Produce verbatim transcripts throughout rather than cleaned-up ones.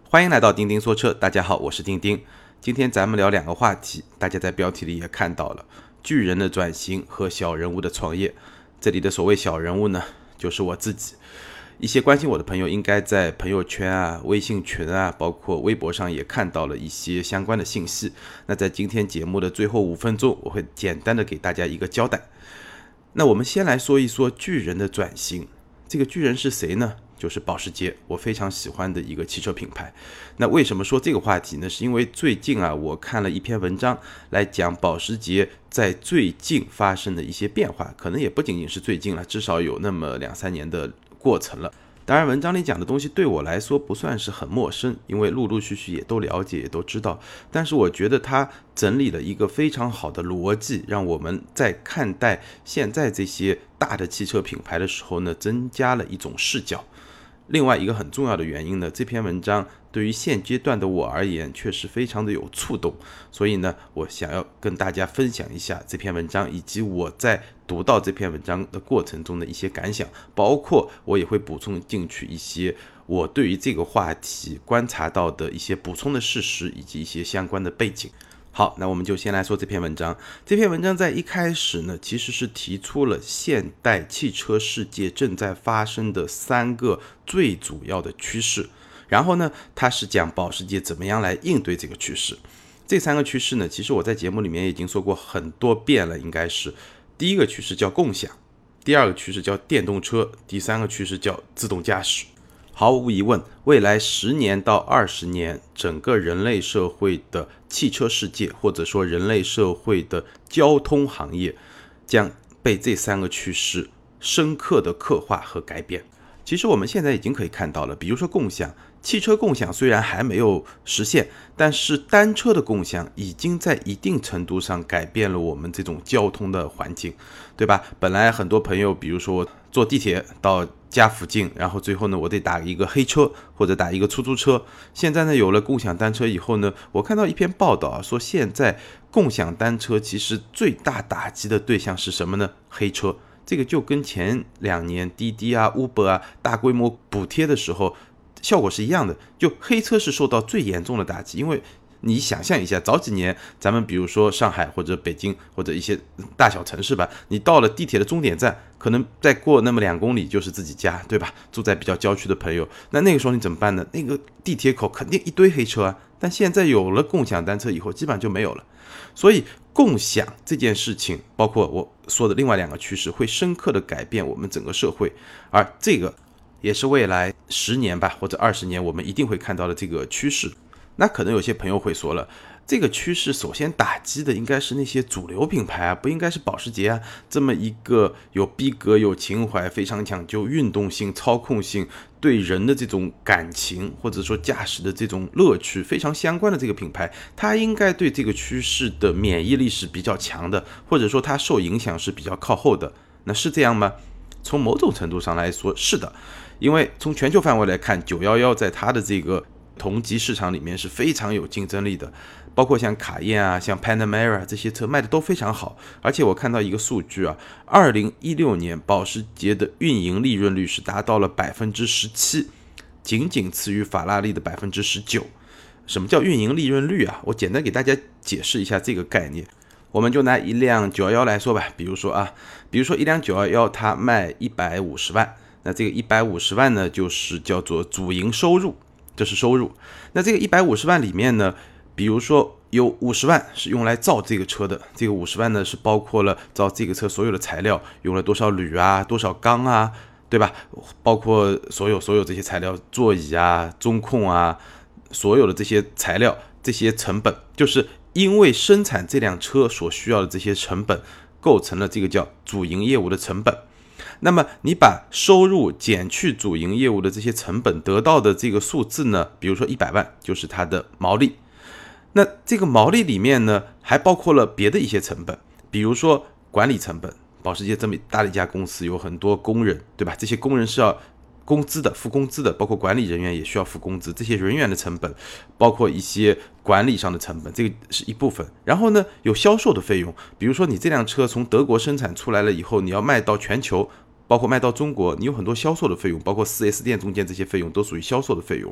欢迎来到钉钉说车，大家好，我是钉钉。今天咱们聊两个话题，大家在标题里也看到了，巨人的转型和小人物的创业。这里的所谓小人物呢，就是我自己。一些关心我的朋友应该在朋友圈啊、微信群啊，包括微博上也看到了一些相关的信息。那在今天节目的最后五分钟，我会简单的给大家一个交代。那我们先来说一说巨人的转型。这个巨人是谁呢？就是保时捷，我非常喜欢的一个汽车品牌。那为什么说这个话题呢？是因为最近啊，我看了一篇文章来讲保时捷在最近发生的一些变化，可能也不仅仅是最近了，至少有那么两三年的过程了。当然文章里讲的东西对我来说不算是很陌生，因为陆陆续续也都了解也都知道，但是我觉得他整理了一个非常好的逻辑，让我们在看待现在这些大的汽车品牌的时候呢，增加了一种视角。另外一个很重要的原因呢，这篇文章对于现阶段的我而言确实非常的有触动，所以呢，我想要跟大家分享一下这篇文章，以及我在读到这篇文章的过程中的一些感想，包括我也会补充进去一些我对于这个话题观察到的一些补充的事实，以及一些相关的背景。好，那我们就先来说这篇文章。这篇文章在一开始呢，其实是提出了现代汽车世界正在发生的三个最主要的趋势。然后呢，它是讲保时捷怎么样来应对这个趋势。这三个趋势呢，其实我在节目里面已经说过很多遍了，应该是第一个趋势叫共享，第二个趋势叫电动车，第三个趋势叫自动驾驶。毫无疑问，未来十年到二十年，整个人类社会的汽车世界，或者说人类社会的交通行业，将被这三个趋势深刻的刻画和改变。其实我们现在已经可以看到了，比如说共享，汽车共享虽然还没有实现，但是单车的共享已经在一定程度上改变了我们这种交通的环境，对吧？本来很多朋友，比如说坐地铁到家附近，然后最后呢，我得打一个黑车或者打一个出租车。现在呢，有了共享单车以后呢，我看到一篇报道啊，说现在共享单车其实最大打击的对象是什么呢？黑车。这个就跟前两年滴滴啊、Uber 啊大规模补贴的时候效果是一样的，就黑车是受到最严重的打击。因为你想象一下，早几年咱们比如说上海或者北京或者一些大小城市吧，你到了地铁的终点站，可能再过那么两公里就是自己家，对吧？住在比较郊区的朋友，那那个时候你怎么办呢？那个地铁口肯定一堆黑车啊。但现在有了共享单车以后，基本上就没有了。所以共享这件事情，包括我说的另外两个趋势，会深刻的改变我们整个社会，而这个也是未来十年吧，或者二十年我们一定会看到的这个趋势。那可能有些朋友会说了，这个趋势首先打击的应该是那些主流品牌啊，不应该是保时捷啊，这么一个有逼格、有情怀、非常讲究运动性、操控性，对人的这种感情或者说驾驶的这种乐趣非常相关的这个品牌，它应该对这个趋势的免疫力是比较强的，或者说它受影响是比较靠后的。那是这样吗？从某种程度上来说是的，因为从全球范围来看，九一一在它的这个同级市场里面是非常有竞争力的，包括像卡宴啊、像 Panamera 这些车卖的都非常好。而且我看到一个数据啊，二零一六年保时捷的运营利润率是达到了 百分之十七， 仅仅次于法拉利的 百分之十九。 什么叫运营利润率啊？我简单给大家解释一下这个概念。我们就拿一辆九一一来说吧，比如说啊，比如说一辆九一一它卖一百五十万，那这个一百五十万呢，就是叫做主营收入，这是收入。那这个一百五十万里面呢，比如说有五十万是用来造这个车的，这个五十万呢是包括了造这个车所有的材料，用了多少铝啊、多少钢啊，对吧？包括所有所有这些材料，座椅啊、中控啊，所有的这些材料、这些成本，就是因为生产这辆车所需要的这些成本，构成了这个叫主营业务的成本。那么你把收入减去主营业务的这些成本得到的这个数字呢，比如说一百万就是它的毛利。那这个毛利里面呢，还包括了别的一些成本，比如说管理成本。保时捷这么大的一家公司，有很多工人，对吧？这些工人是要工资的，付工资的，包括管理人员也需要付工资，这些人员的成本，包括一些管理上的成本，这个是一部分。然后呢，有销售的费用，比如说你这辆车从德国生产出来了以后，你要卖到全球，包括卖到中国，你有很多销售的费用，包括 四 S 店中间这些费用都属于销售的费用。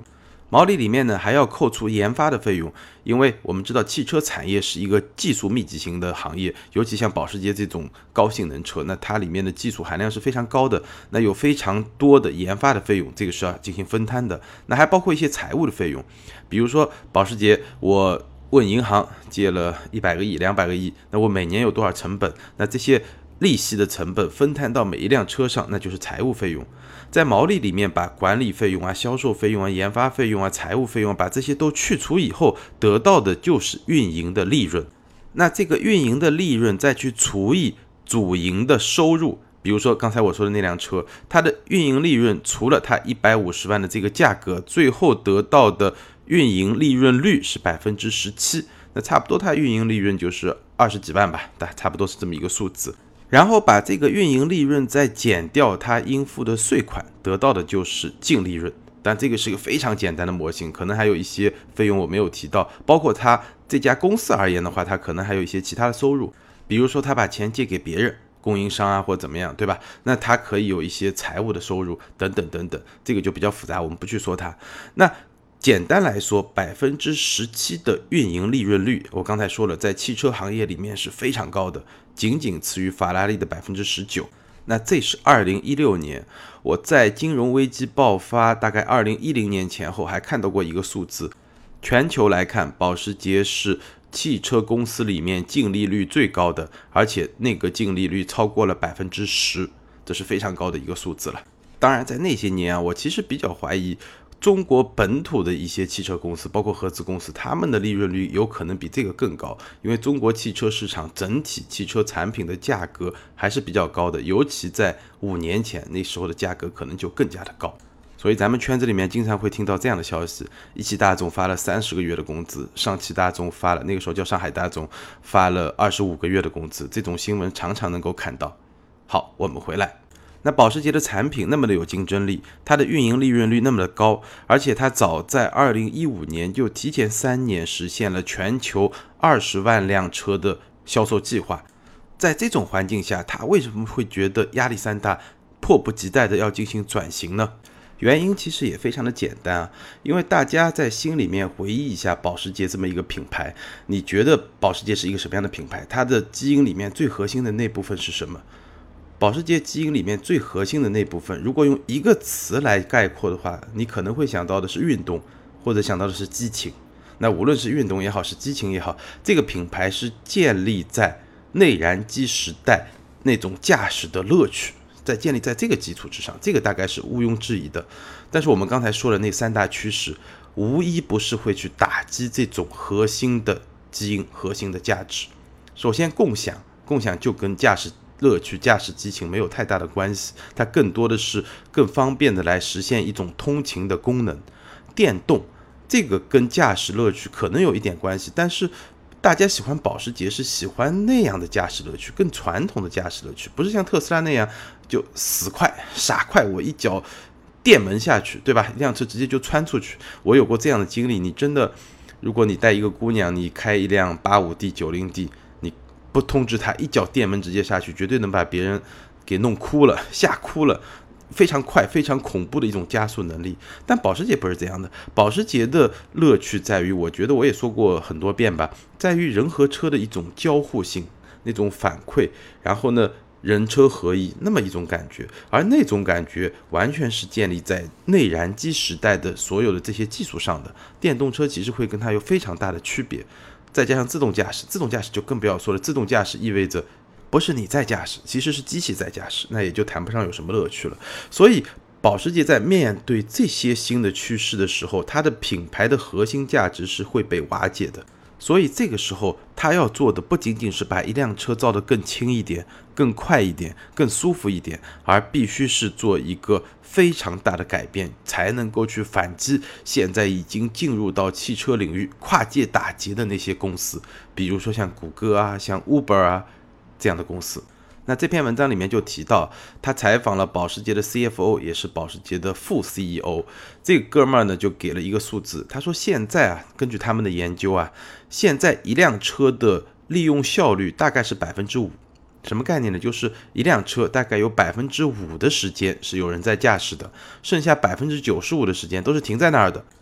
毛利里面呢还要扣除研发的费用，因为我们知道汽车产业是一个技术密集型的行业，尤其像保时捷这种高性能车，那它里面的技术含量是非常高的，那有非常多的研发的费用，这个是要进行分摊的。那还包括一些财务的费用，比如说保时捷，我问银行借了一百个亿、两百个亿，那我每年有多少成本？那这些利息的成本分摊到每一辆车上，那就是财务费用。在毛利里面把管理费用啊、销售费用啊、研发费用啊、财务费用啊，把这些都去除以后，得到的就是运营的利润。那这个运营的利润再去除以主营的收入，比如说刚才我说的那辆车，它的运营利润除了它一百五十万的这个价格，最后得到的运营利润率是 百分之十七， 那差不多它运营利润就是二十几万吧，差不多是这么一个数字。然后把这个运营利润再减掉它应付的税款，得到的就是净利润。但这个是一个非常简单的模型，可能还有一些费用我没有提到，包括它这家公司而言的话，它可能还有一些其他的收入，比如说他把钱借给别人，供应商啊或怎么样，对吧？那它可以有一些财务的收入等等等等，这个就比较复杂，我们不去说它。那简单来说 百分之十七 的运营利润率，我刚才说了，在汽车行业里面是非常高的，仅仅次于法拉利的 百分之十九。 那这是二零一六年，我在金融危机爆发大概二零一零年前后还看到过一个数字，全球来看，保时捷是汽车公司里面净利率最高的，而且那个净利率超过了 百分之十， 这是非常高的一个数字了。当然在那些年啊，我其实比较怀疑中国本土的一些汽车公司，包括合资公司，他们的利润率有可能比这个更高，因为中国汽车市场整体汽车产品的价格还是比较高的，尤其在五年前，那时候的价格可能就更加的高。所以咱们圈子里面经常会听到这样的消息，一汽大众发了三十个月的工资，上汽大众发了，那个时候叫上海大众，发了二十五个月的工资，这种新闻常常能够看到。好，我们回来。那保时捷的产品那么的有竞争力，它的运营利润率那么的高，而且它早在二零一五年就提前三年实现了全球二十万辆车的销售计划。在这种环境下，它为什么会觉得压力山大，迫不及待的要进行转型呢？原因其实也非常的简单啊，因为大家在心里面回忆一下保时捷这么一个品牌，你觉得保时捷是一个什么样的品牌？它的基因里面最核心的那部分是什么？保时捷基因里面最核心的那部分，如果用一个词来概括的话，你可能会想到的是运动，或者想到的是激情。那无论是运动也好，是激情也好，这个品牌是建立在内燃机时代那种驾驶的乐趣，在建立在这个基础之上，这个大概是毋庸置疑的。但是我们刚才说的那三大趋势，无一不是会去打击这种核心的基因、核心的价值。首先，共享，共享就跟驾驶乐趣、驾驶激情没有太大的关系，它更多的是更方便的来实现一种通勤的功能。电动这个跟驾驶乐趣可能有一点关系，但是大家喜欢保时捷是喜欢那样的驾驶乐趣，更传统的驾驶乐趣，不是像特斯拉那样就死快傻快，我一脚电门下去，对吧？一辆车直接就穿出去。我有过这样的经历，你真的，如果你带一个姑娘，你开一辆八五 D、九零 D，不通知他，一脚电门直接下去，绝对能把别人给弄哭了，吓哭了，非常快非常恐怖的一种加速能力。但保时捷不是这样的，保时捷的乐趣在于，我觉得我也说过很多遍吧，在于人和车的一种交互性，那种反馈，然后呢人车合一那么一种感觉，而那种感觉完全是建立在内燃机时代的所有的这些技术上的。电动车其实会跟它有非常大的区别，再加上自动驾驶，自动驾驶就更不要说了，自动驾驶意味着不是你在驾驶，其实是机器在驾驶，那也就谈不上有什么乐趣了。所以保时捷在面对这些新的趋势的时候，它的品牌的核心价值是会被瓦解的。所以这个时候他要做的不仅仅是把一辆车造得更轻一点、更快一点、更舒服一点，而必须是做一个非常大的改变，才能够去反击现在已经进入到汽车领域跨界打劫的那些公司，比如说像谷歌啊、像 Uber 啊这样的公司。那这篇文章里面就提到，他采访了保时捷的 C F O， 也是保时捷的副 C E O， 这个哥们儿呢就给了一个数字，他说现在啊，根据他们的研究啊，现在一辆车的利用效率大概是 百分之五， 什么概念呢？就是一辆车大概有 百分之五 的时间是有人在驾驶的，剩下 百分之九十五 的时间都是停在那儿的。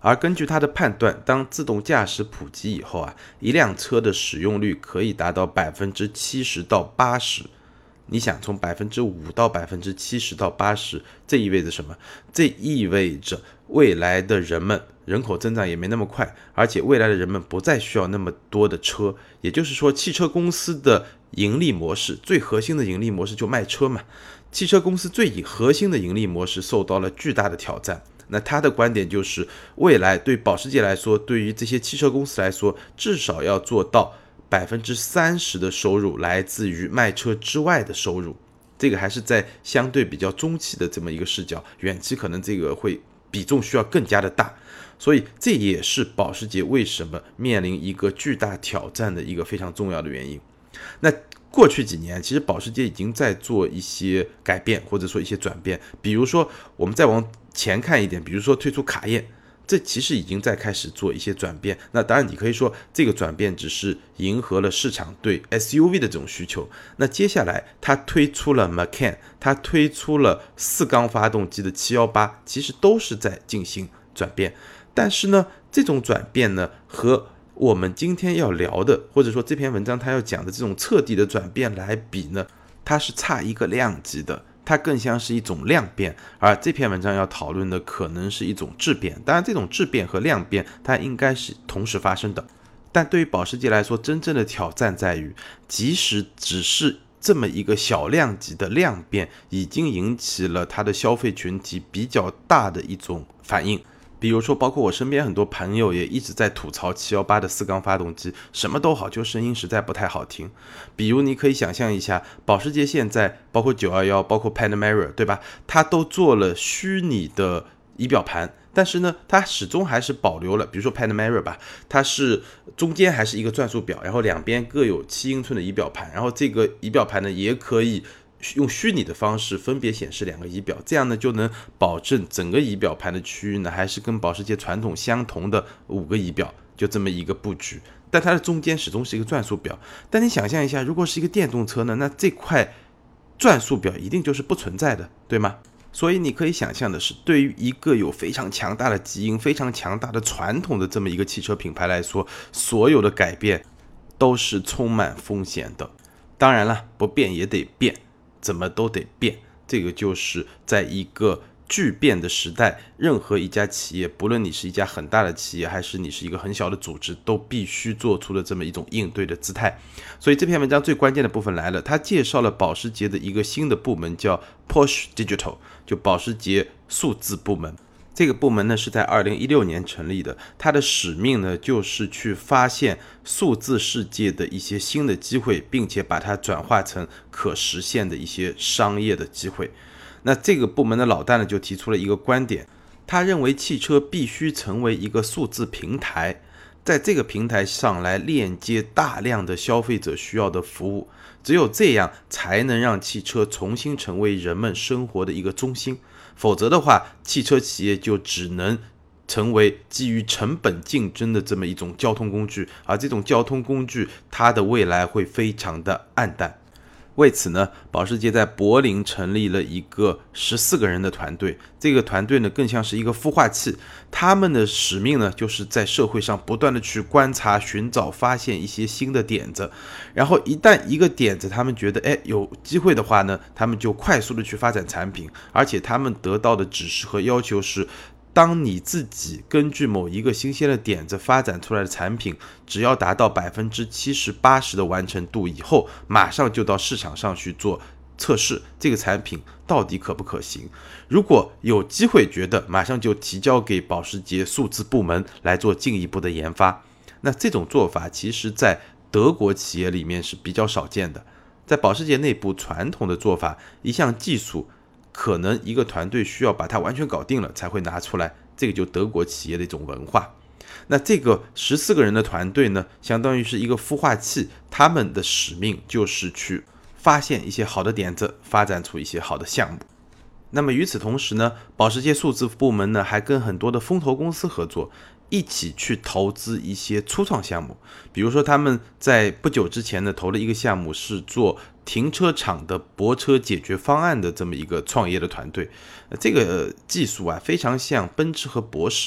而根据他的判断，当自动驾驶普及以后啊，一辆车的使用率可以达到百分之七十到八十。你想从百分之五到百分之七十到八十，这意味着什么？这意味着未来的人们人口增长也没那么快，而且未来的人们不再需要那么多的车，也就是说，汽车公司的盈利模式，最核心的盈利模式就卖车嘛。汽车公司最核心的盈利模式受到了巨大的挑战。那他的观点就是，未来对保时捷来说，对于这些汽车公司来说，至少要做到百分之三十的收入来自于卖车之外的收入。这个还是在相对比较中期的这么一个视角，远期可能这个会比重需要更加的大。所以这也是保时捷为什么面临一个巨大挑战的一个非常重要的原因。那过去几年，其实保时捷已经在做一些改变，或者说一些转变。比如说，我们再往前看一点，比如说推出卡宴，这其实已经在开始做一些转变。那当然，你可以说这个转变只是迎合了市场对 S U V 的这种需求。那接下来，它推出了 Macan， 它推出了四缸发动机的七一八，其实都是在进行转变。但是呢，这种转变呢，和我们今天要聊的，或者说这篇文章它要讲的这种彻底的转变来比呢，它是差一个量级的，它更像是一种量变，而这篇文章要讨论的可能是一种质变。当然，这种质变和量变它应该是同时发生的。但对于保时捷来说，真正的挑战在于，即使只是这么一个小量级的量变，已经引起了它的消费群体比较大的一种反应。比如说，包括我身边很多朋友也一直在吐槽七一八的四缸发动机，什么都好，就声音实在不太好听。比如你可以想象一下，保时捷现在包括九一一，包括 Panamera， 对吧？它都做了虚拟的仪表盘，但是呢，它始终还是保留了，比如说 Panamera 吧，它是中间还是一个转速表，然后两边各有七英寸的仪表盘，然后这个仪表盘呢也可以用虚拟的方式分别显示两个仪表，这样呢就能保证整个仪表盘的区域呢还是跟保时捷传统相同的五个仪表，就这么一个布局。但它的中间始终是一个转速表。但你想象一下，如果是一个电动车呢，那这块转速表一定就是不存在的，对吗？所以你可以想象的是，对于一个有非常强大的基因、非常强大的传统的这么一个汽车品牌来说，所有的改变都是充满风险的。当然了，不变也得变，怎么都得变，这个就是在一个巨变的时代，任何一家企业，不论你是一家很大的企业，还是你是一个很小的组织，都必须做出了这么一种应对的姿态。所以这篇文章最关键的部分来了，他介绍了保时捷的一个新的部门，叫 Porsche Digital， 就保时捷数字部门。这个部门呢是在二零一六年成立的，它的使命呢就是去发现数字世界的一些新的机会，并且把它转化成可实现的一些商业的机会。那这个部门的老大呢就提出了一个观点，他认为汽车必须成为一个数字平台，在这个平台上来链接大量的消费者需要的服务，只有这样才能让汽车重新成为人们生活的一个中心。否则的话，汽车企业就只能成为基于成本竞争的这么一种交通工具，而这种交通工具它的未来会非常的暗淡。为此呢，保时捷在柏林成立了一个十四个人的团队，这个团队呢更像是一个孵化器，他们的使命呢就是在社会上不断的去观察、寻找、发现一些新的点子，然后一旦一个点子他们觉得哎有机会的话呢，他们就快速的去发展产品，而且他们得到的指示和要求是，当你自己根据某一个新鲜的点子发展出来的产品，只要达到百分之七十八十的完成度以后，马上就到市场上去做测试，这个产品到底可不可行。如果有机会觉得，马上就提交给保时捷数字部门来做进一步的研发。那这种做法其实在德国企业里面是比较少见的。在保时捷内部传统的做法，一项技术可能一个团队需要把它完全搞定了才会拿出来，这个就德国企业的一种文化。那这个十四个人的团队呢，相当于是一个孵化器，他们的使命就是去发现一些好的点子，发展出一些好的项目。那么与此同时呢，保时捷数字部门呢还跟很多的风投公司合作，一起去投资一些初创项目。比如说他们在不久之前呢投了一个项目，是做停车场的泊车解决方案的这么一个创业的团队。这个技术啊非常像奔驰和博世。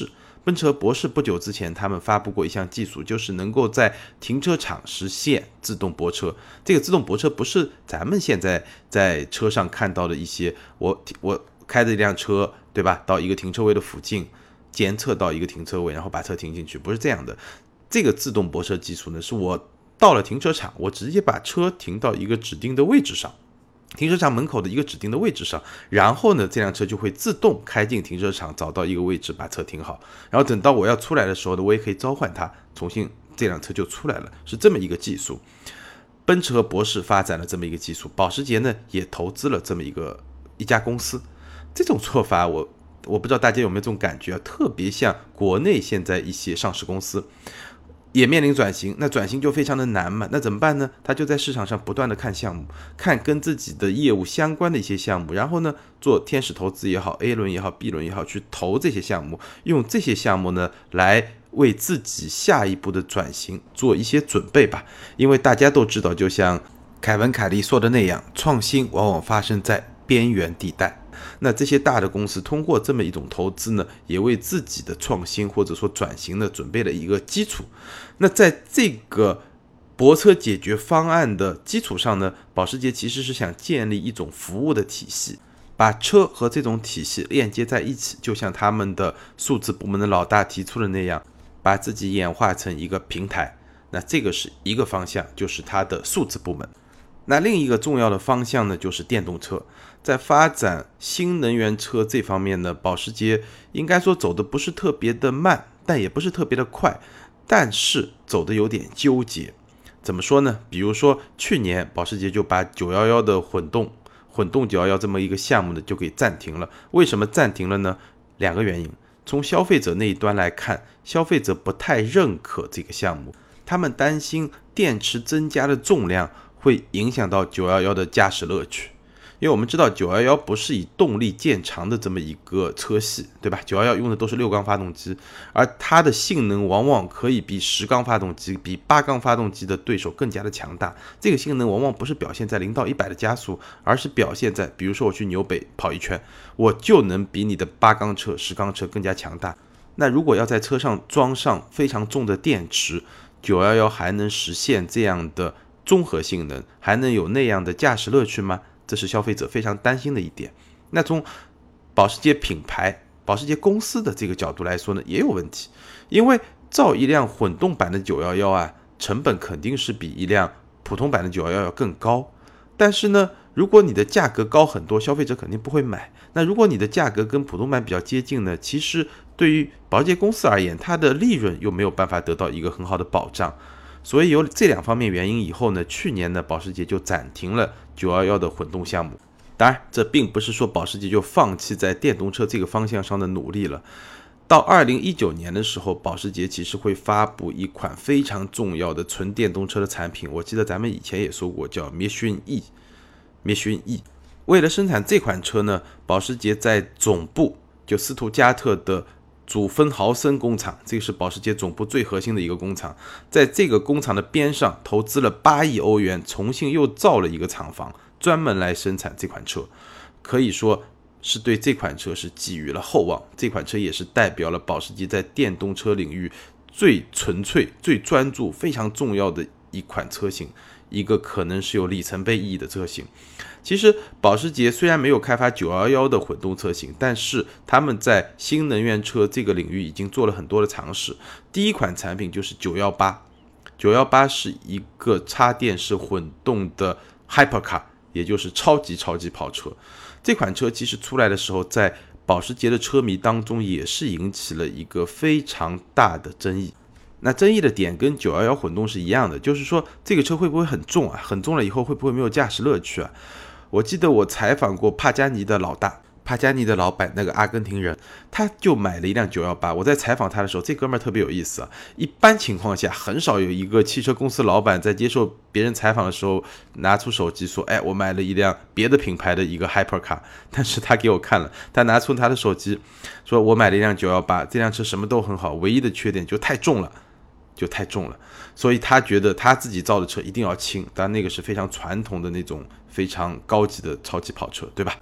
奔驰和博世不久之前，他们发布过一项技术，就是能够在停车场实现自动泊车。这个自动泊车不是咱们现在在车上看到的一些，我我开着一辆车，对吧？到一个停车位的附近，监测到一个停车位，然后把车停进去，不是这样的。这个自动泊车技术呢，是我到了停车场，我直接把车停到一个指定的位置上。停车场门口的一个指定的位置上，然后呢，这辆车就会自动开进停车场，找到一个位置把车停好，然后等到我要出来的时候呢，我也可以召唤它，重新这辆车就出来了，是这么一个技术。奔驰和博世发展了这么一个技术，保时捷呢也投资了这么一个一家公司。这种做法我我不知道大家有没有这种感觉啊，特别像国内现在一些上市公司。也面临转型，那转型就非常的难嘛，那怎么办呢？他就在市场上不断的看项目，看跟自己的业务相关的一些项目，然后呢，做天使投资也好 ，A 轮也好 ，B 轮也好，去投这些项目，用这些项目呢来为自己下一步的转型做一些准备吧。因为大家都知道，就像凯文·凯利说的那样，创新往往发生在边缘地带。那这些大的公司通过这么一种投资呢，也为自己的创新或者说转型呢准备了一个基础。那在这个泊车解决方案的基础上呢，保时捷其实是想建立一种服务的体系，把车和这种体系链接在一起，就像他们的数字部门的老大提出的那样，把自己演化成一个平台。那这个是一个方向，就是它的数字部门。那另一个重要的方向呢，就是电动车。在发展新能源车这方面呢，保时捷应该说走的不是特别的慢，但也不是特别的快，但是走的有点纠结。怎么说呢？比如说去年保时捷就把九一一的混动混动九一一这么一个项目呢就给暂停了。为什么暂停了呢？两个原因。从消费者那一端来看，消费者不太认可这个项目，他们担心电池增加的重量会影响到九一一的驾驶乐趣。因为我们知道九一一不是以动力见长的这么一个车系，对吧？九一一用的都是六缸发动机，而它的性能往往可以比十缸发动机、比八缸发动机的对手更加的强大。这个性能往往不是表现在零到一百的加速，而是表现在，比如说我去纽北跑一圈，我就能比你的八缸车、十缸车更加强大。那如果要在车上装上非常重的电池，九一一还能实现这样的综合性能，还能有那样的驾驶乐趣吗？这是消费者非常担心的一点。那从保时捷品牌、保时捷公司的这个角度来说呢，也有问题。因为造一辆混动版的九一一啊，成本肯定是比一辆普通版的九一一要更高。但是呢，如果你的价格高很多，消费者肯定不会买。那如果你的价格跟普通版比较接近呢，其实对于保时捷公司而言，它的利润又没有办法得到一个很好的保障。所以有这两方面原因以后呢，去年呢，保时捷就暂停了九一一的混动项目。当然，这并不是说保时捷就放弃在电动车这个方向上的努力了。到二零一九年的时候，保时捷其实会发布一款非常重要的纯电动车的产品，我记得咱们以前也说过，叫 Mission E。Mission E 为了生产这款车呢，保时捷在总部就斯图加特的祖芬豪森工厂，这个是保时捷总部最核心的一个工厂，在这个工厂的边上投资了八亿欧元，重新又造了一个厂房，专门来生产这款车。可以说是对这款车是寄予了厚望。这款车也是代表了保时捷在电动车领域最纯粹、最专注、非常重要的一款车型，一个可能是有里程碑意义的车型。其实保时捷虽然没有开发九一一的混动车型，但是他们在新能源车这个领域已经做了很多的尝试。第一款产品就是九一八， 九一八是一个插电式混动的 Hypercar， 也就是超级超级跑车。这款车其实出来的时候，在保时捷的车迷当中也是引起了一个非常大的争议。那争议的点跟九一一混动是一样的，就是说这个车会不会很重啊？很重了以后会不会没有驾驶乐趣啊？我记得我采访过帕加尼的老大，帕加尼的老板，那个阿根廷人，他就买了一辆九一八。我在采访他的时候，这哥们儿特别有意思啊。一般情况下，很少有一个汽车公司老板在接受别人采访的时候拿出手机说：“哎，我买了一辆别的品牌的一个 Hypercar。”但是他给我看了，他拿出他的手机说：“我买了一辆九一八，这辆车什么都很好，唯一的缺点就太重了。”就太重了，所以他觉得他自己造的车一定要轻，当然那个是非常传统的那种非常高级的超级跑车，对吧？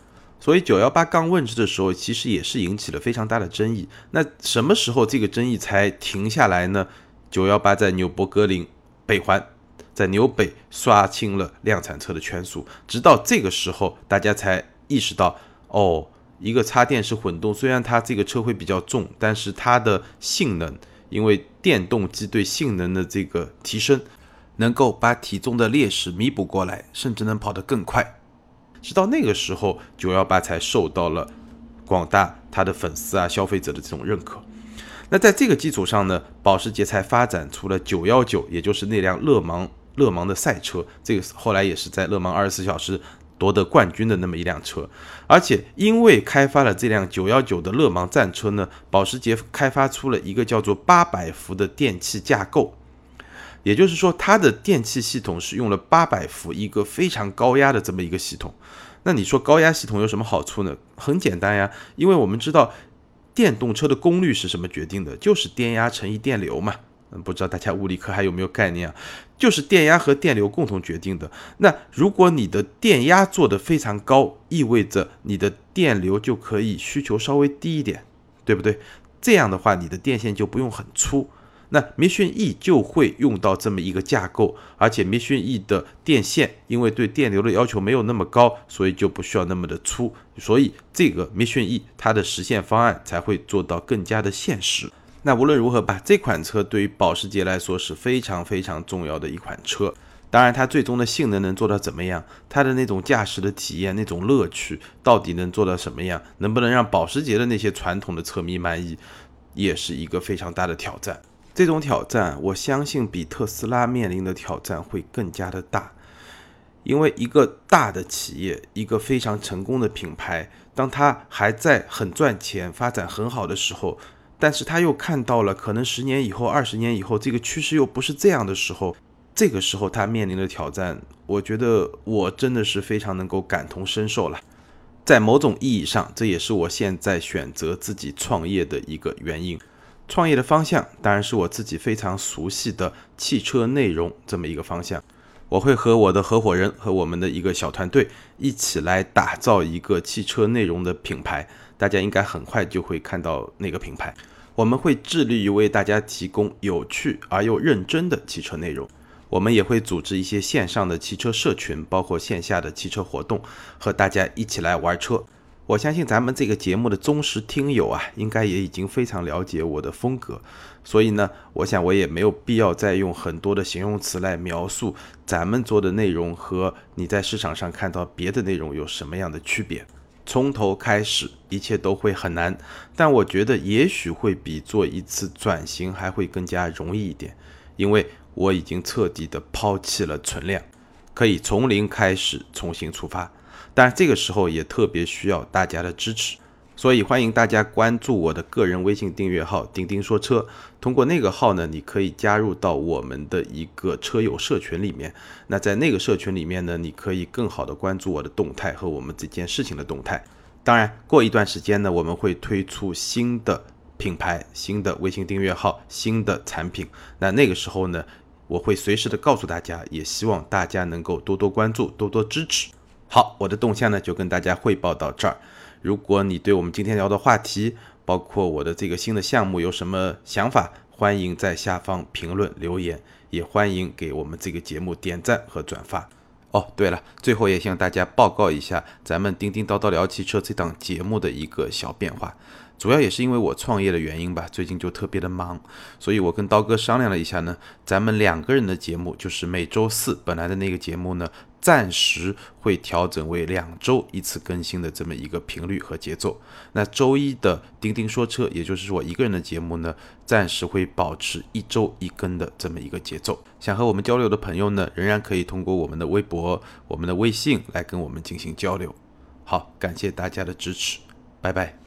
所以九一八刚问世的时候，其实也是引起了非常大的争议。那什么时候这个争议才停下来呢？九一八在纽博格林北环，在纽北刷清了量产车的圈速，直到这个时候，大家才意识到，哦，一个插电式混动，虽然它这个车会比较重，但是它的性能，因为电动机对性能的这个提升，能够把体重的劣势弥补过来，甚至能跑得更快。直到那个时候，九一八才受到了广大他的粉丝啊、消费者的这种认可。那在这个基础上呢，保时捷才发展出了九一九，也就是那辆勒芒勒芒的赛车，这个后来也是在勒芒二十四小时夺得冠军的那么一辆车。而且因为开发了这辆九一九的勒芒战车呢，保时捷开发出了一个叫做八百伏的电气架构，也就是说它的电气系统是用了八百伏，一个非常高压的这么一个系统。那你说高压系统有什么好处呢？很简单呀，因为我们知道电动车的功率是什么决定的？就是电压乘以电流嘛。不知道大家物理课还有没有概念啊？就是电压和电流共同决定的。那如果你的电压做得非常高，意味着你的电流就可以需求稍微低一点，对不对？这样的话，你的电线就不用很粗。那 Mission E 就会用到这么一个架构，而且 Mission E 的电线因为对电流的要求没有那么高，所以就不需要那么的粗，所以这个 Mission E 它的实现方案才会做到更加的现实。那无论如何吧，这款车对于保时捷来说是非常非常重要的一款车。当然它最终的性能能做到怎么样，它的那种驾驶的体验，那种乐趣到底能做到什么样，能不能让保时捷的那些传统的车迷满意，也是一个非常大的挑战。这种挑战我相信比特斯拉面临的挑战会更加的大，因为一个大的企业，一个非常成功的品牌，当它还在很赚钱发展很好的时候，但是他又看到了可能十年以后二十年以后这个趋势又不是这样的时候，这个时候他面临的挑战，我觉得我真的是非常能够感同身受了。在某种意义上，这也是我现在选择自己创业的一个原因。创业的方向当然是我自己非常熟悉的汽车内容这么一个方向，我会和我的合伙人和我们的一个小团队一起来打造一个汽车内容的品牌，大家应该很快就会看到那个品牌。我们会致力于为大家提供有趣而又认真的汽车内容，我们也会组织一些线上的汽车社群，包括线下的汽车活动，和大家一起来玩车。我相信咱们这个节目的忠实听友啊，应该也已经非常了解我的风格，所以呢，我想我也没有必要再用很多的形容词来描述咱们做的内容和你在市场上看到别的内容有什么样的区别。从头开始，一切都会很难，但我觉得也许会比做一次转型还会更加容易一点，因为我已经彻底的抛弃了存量，可以从零开始重新出发。当然这个时候也特别需要大家的支持，所以欢迎大家关注我的个人微信订阅号钉钉说车，通过那个号呢，你可以加入到我们的一个车友社群里面。那在那个社群里面呢，你可以更好的关注我的动态和我们这件事情的动态。当然过一段时间呢，我们会推出新的品牌、新的微信订阅号、新的产品，那那个时候呢，我会随时的告诉大家，也希望大家能够多多关注，多多支持。好，我的动向呢就跟大家汇报到这儿。如果你对我们今天聊的话题，包括我的这个新的项目有什么想法，欢迎在下方评论留言，也欢迎给我们这个节目点赞和转发。哦，对了，最后也向大家报告一下咱们叮叮叨叨聊汽车这档节目的一个小变化。主要也是因为我创业的原因吧，最近就特别的忙，所以我跟刀哥商量了一下呢，咱们两个人的节目，就是每周四本来的那个节目呢，暂时会调整为两周一次更新的这么一个频率和节奏。那周一的钉钉说车，也就是我一个人的节目呢，暂时会保持一周一更的这么一个节奏。想和我们交流的朋友呢，仍然可以通过我们的微博、我们的微信来跟我们进行交流。好，感谢大家的支持，拜拜。